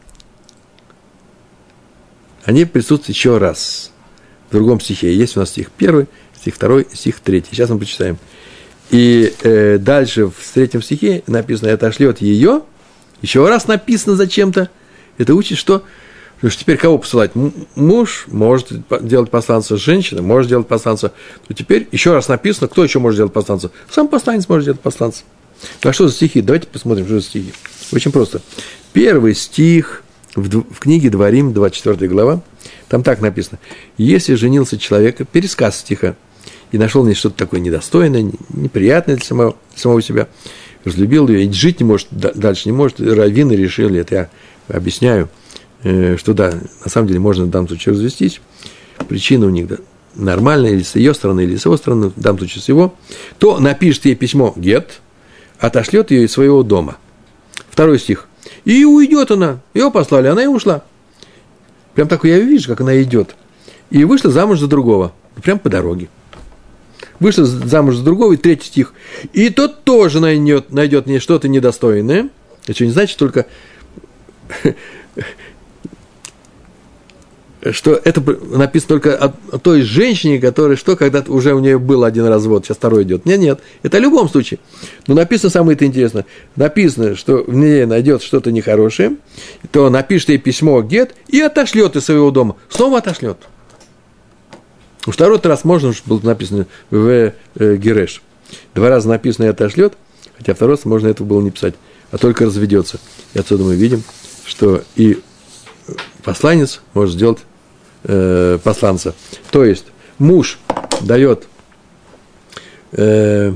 Они присутствуют еще раз. В другом стихе. Есть у нас стих первый, стих второй, стих третий. Сейчас мы почитаем. И э, дальше в третьем стихе написано, отошлет ее. Еще раз написано зачем-то. Это учит, что, что теперь кого посылать? Муж может делать посланца, женщина может делать посланца. То теперь еще раз написано, кто еще может делать посланца? Сам посланец может делать посланца. Ну, а что за стихи? Давайте посмотрим, что за стихи. Очень просто. Первый стих в, в книге Дворим, двадцать четвёртая глава. Там так написано. Если женился человек, пересказ стиха, и нашел в ней что-то такое недостойное, неприятное для самого, для самого себя, разлюбил ее, и жить не может, дальше не может, раввины решили, это я объясняю, что да, на самом деле можно в данном случае развестись, причина у них да, нормальная, или с ее стороны, или с его стороны, в данном случае с его, то напишет ей письмо гет, отошлет ее из своего дома. Второй стих. И уйдет она, ее послали, она и ушла. Прям так я вижу, как она идет. И вышла замуж за другого. Прям по дороге. Вышла замуж за другого, и третий стих. И тот тоже найдет, найдет мне что-то недостойное. Это что не значит, только что это написано только о, о той женщине, которая что, когда-то уже у нее был один развод, сейчас второй идет. Нет, нет, это в любом случае. Но написано самое это интересное. Написано, что в ней найдет что-то нехорошее, то напишет ей письмо гет и отошлет из своего дома. Снова отошлет. У второй раз можно, было написано в э, Гереш. Два раза написано и отошлет, хотя второй раз можно этого было не писать, а только разведется. И отсюда мы видим, что и посланец может сделать э, посланца. То есть муж дает э,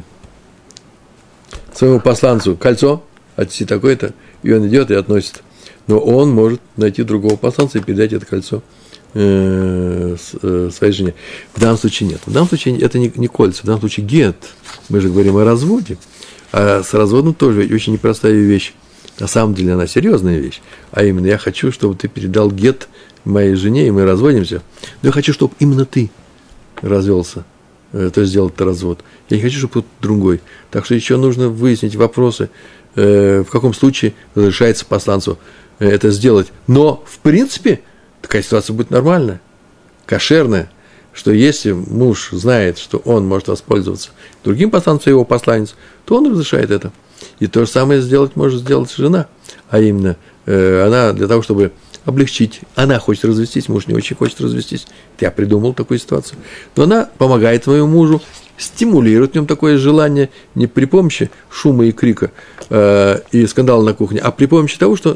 своему посланцу кольцо, отнеси такое-то, и он идет и относит. Но он может найти другого посланца и передать это кольцо э, с, э, своей жене. В данном случае нет. В данном случае это не, не кольца, в данном случае гет. Мы же говорим о разводе. А с разводом тоже очень непростая вещь. На самом деле она серьезная вещь. А именно, я хочу, чтобы ты передал гет моей жене, и мы разводимся. Но я хочу, чтобы именно ты развелся, э, то есть сделал этот развод. Я не хочу, чтобы кто-то другой. Так что еще нужно выяснить вопросы, э, в каком случае разрешается посланцу э, это сделать. Но, в принципе, такая ситуация будет нормальная, кошерная, что если муж знает, что он может воспользоваться другим посланцем, его посланец, то он разрешает это. И то же самое сделать может сделать жена. А именно, э, она для того, чтобы облегчить, она хочет развестись, муж не очень хочет развестись. Я придумал такую ситуацию. Но она помогает своему мужу, стимулирует в нем такое желание не при помощи шума и крика э, и скандала на кухне, а при помощи того, что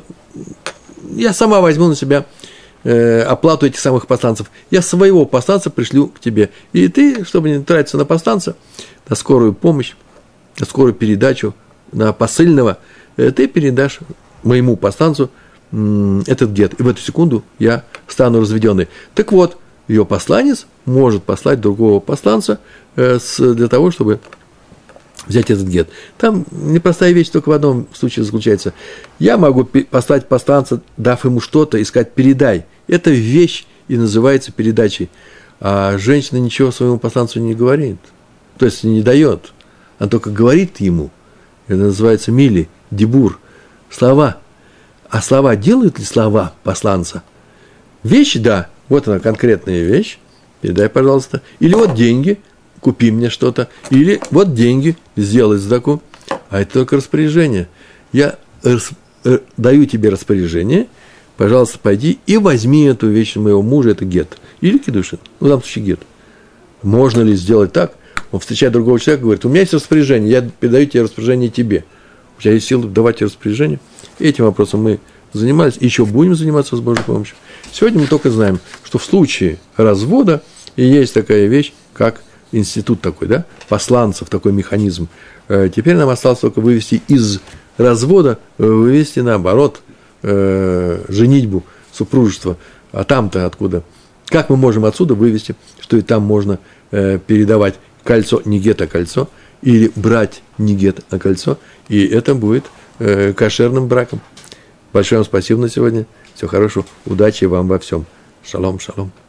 я сама возьму на себя э, оплату этих самых посланцев. Я своего посланца пришлю к тебе. И ты, чтобы не тратиться на посланца, на скорую помощь, на скорую передачу, на посыльного, ты передашь моему посланцу этот гет. И в эту секунду я стану разведенной. Так вот, ее посланец может послать другого посланца для того, чтобы взять этот гет. Там непростая вещь только в одном случае заключается. Я могу послать посланца, дав ему что-то, и сказать «передай». Эта вещь и называется передачей. А женщина ничего своему посланцу не говорит. То есть не дает. Она только говорит ему. Это называется мили, дибур, слова. А слова делают ли слова посланца? Вещь, да, вот она конкретная вещь, передай, пожалуйста. Или вот деньги, купи мне что-то. Или вот деньги, сделай сдаку. А это только распоряжение. Я рас, э, даю тебе распоряжение, пожалуйста, пойди и возьми эту вещь моего мужа, это гет. Или кидушин, ну, в данном случае гет. Можно ли сделать так? Он встречает другого человека и говорит, у меня есть распоряжение, я передаю тебе распоряжение тебе. У тебя есть силы давать тебе распоряжение. Этим вопросом мы занимались, и еще будем заниматься с Божьей помощью. Сегодня мы только знаем, что в случае развода И есть такая вещь, как институт такой, да, посланцев, такой механизм. Теперь нам осталось только вывести из развода, вывести наоборот женитьбу, супружество. А там-то откуда? Как мы можем отсюда вывести, что и там можно передавать кольцо, не гет, а кольцо, или брать не гет, а кольцо, и это будет кошерным браком. Большое вам спасибо на сегодня. Всего хорошего. Удачи вам во всем. Шалом, шалом.